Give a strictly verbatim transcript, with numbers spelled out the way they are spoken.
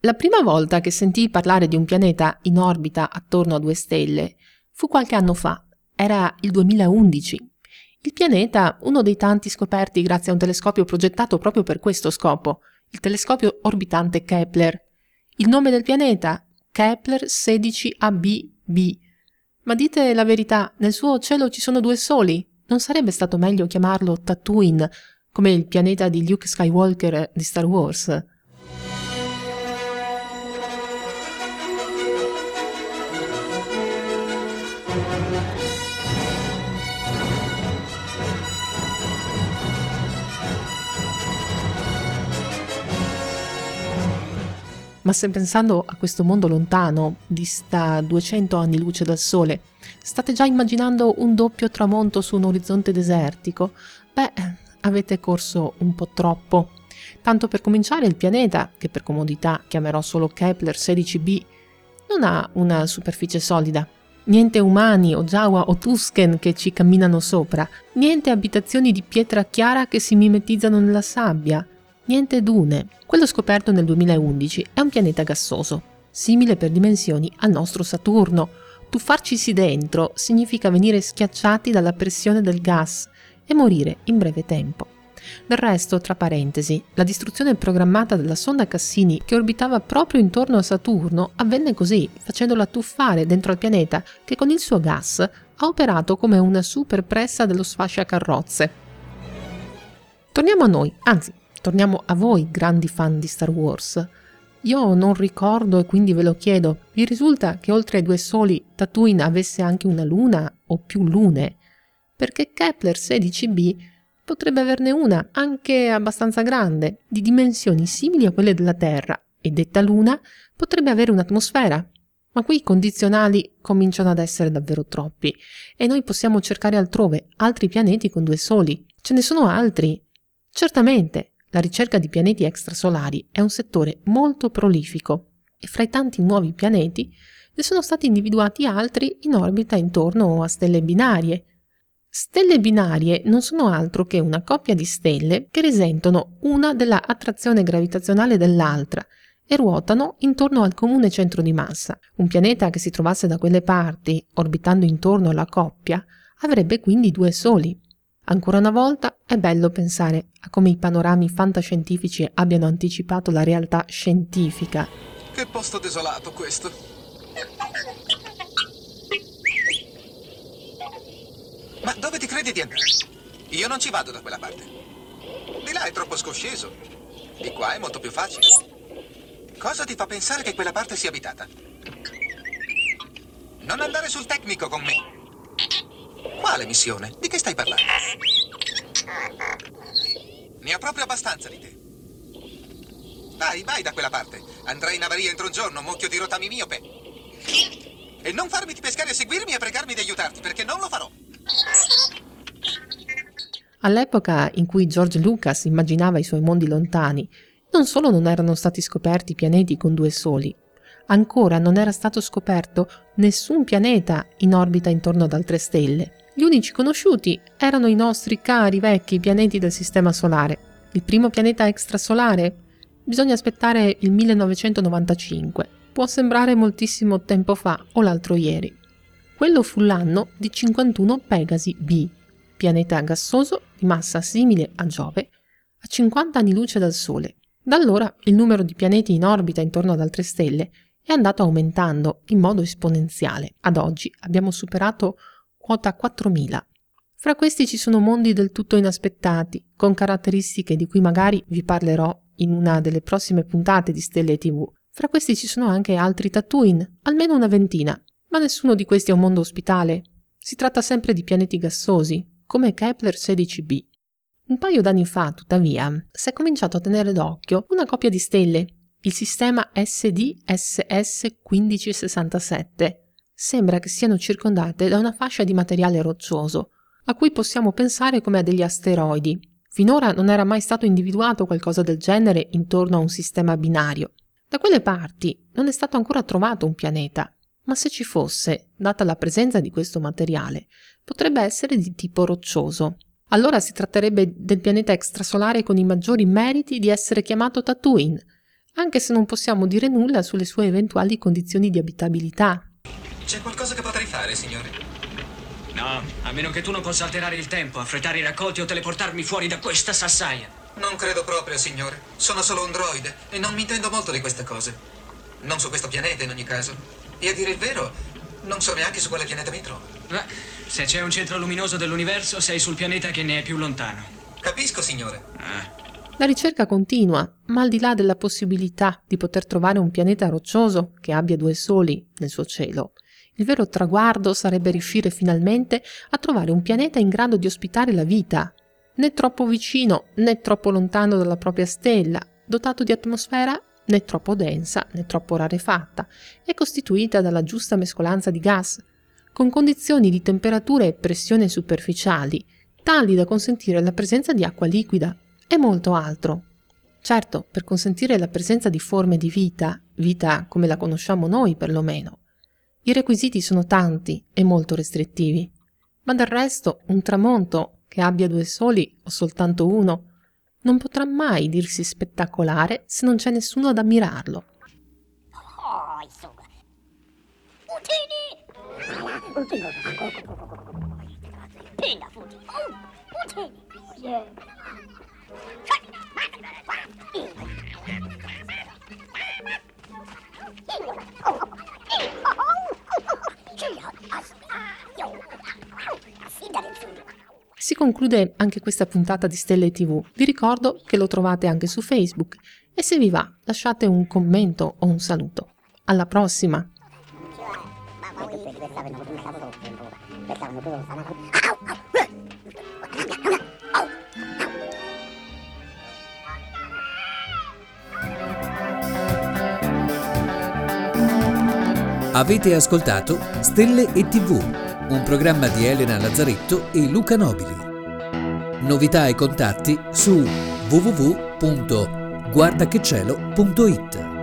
La prima volta che sentii parlare di un pianeta in orbita attorno a due stelle fu qualche anno fa, era il duemilaundici. Il pianeta, uno dei tanti scoperti grazie a un telescopio progettato proprio per questo scopo, il telescopio orbitante Kepler. Il nome del pianeta? Kepler sedici a b b. Ma dite la verità, nel suo cielo ci sono due soli? Non sarebbe stato meglio chiamarlo Tatooine, come il pianeta di Luke Skywalker di Star Wars? Ma se pensando a questo mondo lontano, dista duecento anni luce dal Sole, state già immaginando un doppio tramonto su un orizzonte desertico? Beh, avete corso un po' troppo. Tanto per cominciare, il pianeta, che per comodità chiamerò solo Kepler sedici b, non ha una superficie solida. Niente umani o Jawa o Tusken che ci camminano sopra, niente abitazioni di pietra chiara che si mimetizzano nella sabbia, niente dune. Quello scoperto nel duemilaundici è un pianeta gassoso, simile per dimensioni al nostro Saturno. Tuffarcisi dentro significa venire schiacciati dalla pressione del gas e morire in breve tempo. Del resto, tra parentesi, la distruzione programmata della sonda Cassini che orbitava proprio intorno a Saturno avvenne così, facendola tuffare dentro al pianeta che con il suo gas ha operato come una super pressa dello sfasciacarrozze. Torniamo a noi, anzi, torniamo a voi, grandi fan di Star Wars. Io non ricordo e quindi ve lo chiedo, vi risulta che oltre ai due soli Tatooine avesse anche una luna o più lune? Perché Kepler sedici b potrebbe averne una, anche abbastanza grande, di dimensioni simili a quelle della Terra, e detta luna potrebbe avere un'atmosfera. Ma qui i condizionali cominciano ad essere davvero troppi, e noi possiamo cercare altrove altri pianeti con due soli. Ce ne sono altri. Certamente, la ricerca di pianeti extrasolari è un settore molto prolifico, e fra i tanti nuovi pianeti ne sono stati individuati altri in orbita intorno a stelle binarie. Stelle binarie non sono altro che una coppia di stelle che risentono una della attrazione gravitazionale dell'altra e ruotano intorno al comune centro di massa. Un pianeta che si trovasse da quelle parti, orbitando intorno alla coppia, avrebbe quindi due soli. Ancora una volta è bello pensare a come i panorami fantascientifici abbiano anticipato la realtà scientifica. Che posto desolato questo! Ma dove ti credi di andare? Io non ci vado da quella parte. Di là è troppo scosceso. Di qua è molto più facile. Cosa ti fa pensare che quella parte sia abitata? Non andare sul tecnico con me. Quale missione? Di che stai parlando? Ne ho proprio abbastanza di te. Vai, vai da quella parte. Andrai in avaria entro un giorno, mucchio di rotami miope. E non farmi di pescare e seguirmi e pregarmi di aiutarti, perché non lo farò. All'epoca in cui George Lucas immaginava i suoi mondi lontani, non solo non erano stati scoperti pianeti con due soli, ancora non era stato scoperto nessun pianeta in orbita intorno ad altre stelle. Gli unici conosciuti erano i nostri cari vecchi pianeti del Sistema Solare. Il primo pianeta extrasolare? Bisogna aspettare il millenovecentonovantacinque. Può sembrare moltissimo tempo fa o l'altro ieri. Quello fu l'anno di cinquantuno Pegasi b, pianeta gassoso di massa simile a Giove, a cinquanta anni luce dal Sole. Da allora il numero di pianeti in orbita intorno ad altre stelle è andato aumentando in modo esponenziale. Ad oggi abbiamo superato quota quattromila. Fra questi ci sono mondi del tutto inaspettati, con caratteristiche di cui magari vi parlerò in una delle prossime puntate di Stelle tivù. Fra questi ci sono anche altri Tatooine, almeno una ventina, ma nessuno di questi è un mondo ospitale. Si tratta sempre di pianeti gassosi, come Kepler sedici b. Un paio d'anni fa, tuttavia, si è cominciato a tenere d'occhio una coppia di stelle, il sistema S D S S quindici sessantasette. Sembra che siano circondate da una fascia di materiale roccioso, a cui possiamo pensare come a degli asteroidi. Finora non era mai stato individuato qualcosa del genere intorno a un sistema binario. Da quelle parti non è stato ancora trovato un pianeta, ma se ci fosse, data la presenza di questo materiale, potrebbe essere di tipo roccioso. Allora si tratterebbe del pianeta extrasolare con i maggiori meriti di essere chiamato Tatooine, anche se non possiamo dire nulla sulle sue eventuali condizioni di abitabilità. C'è qualcosa che potrei fare, signore? No, a meno che tu non possa alterare il tempo, affrettare i raccolti o teleportarmi fuori da questa sassaia. Non credo proprio, signore. Sono solo un droide e non mi intendo molto di queste cose. Non su questo pianeta, in ogni caso. E a dire il vero, non so neanche su quale pianeta mi trovo. Beh, se c'è un centro luminoso dell'universo, sei sul pianeta che ne è più lontano. Capisco, signore. Ah. La ricerca continua, ma al di là della possibilità di poter trovare un pianeta roccioso che abbia due soli nel suo cielo, il vero traguardo sarebbe riuscire finalmente a trovare un pianeta in grado di ospitare la vita, né troppo vicino né troppo lontano dalla propria stella, dotato di atmosfera né troppo densa né troppo rarefatta e costituita dalla giusta mescolanza di gas, con condizioni di temperatura e pressione superficiali tali da consentire la presenza di acqua liquida e molto altro. Certo, per consentire la presenza di forme di vita, vita come la conosciamo noi perlomeno, i requisiti sono tanti e molto restrittivi, ma del resto un tramonto che abbia due soli o soltanto uno non potrà mai dirsi spettacolare se non c'è nessuno ad ammirarlo. Si conclude anche questa puntata di Stelle tivù. Vi ricordo che lo trovate anche su Facebook e se vi va lasciate un commento o un saluto. Alla prossima! Avete ascoltato Stelle e tivù, un programma di Elena Lazzaretto e Luca Nobili. Novità e contatti su w w w punto guardachecielo punto it.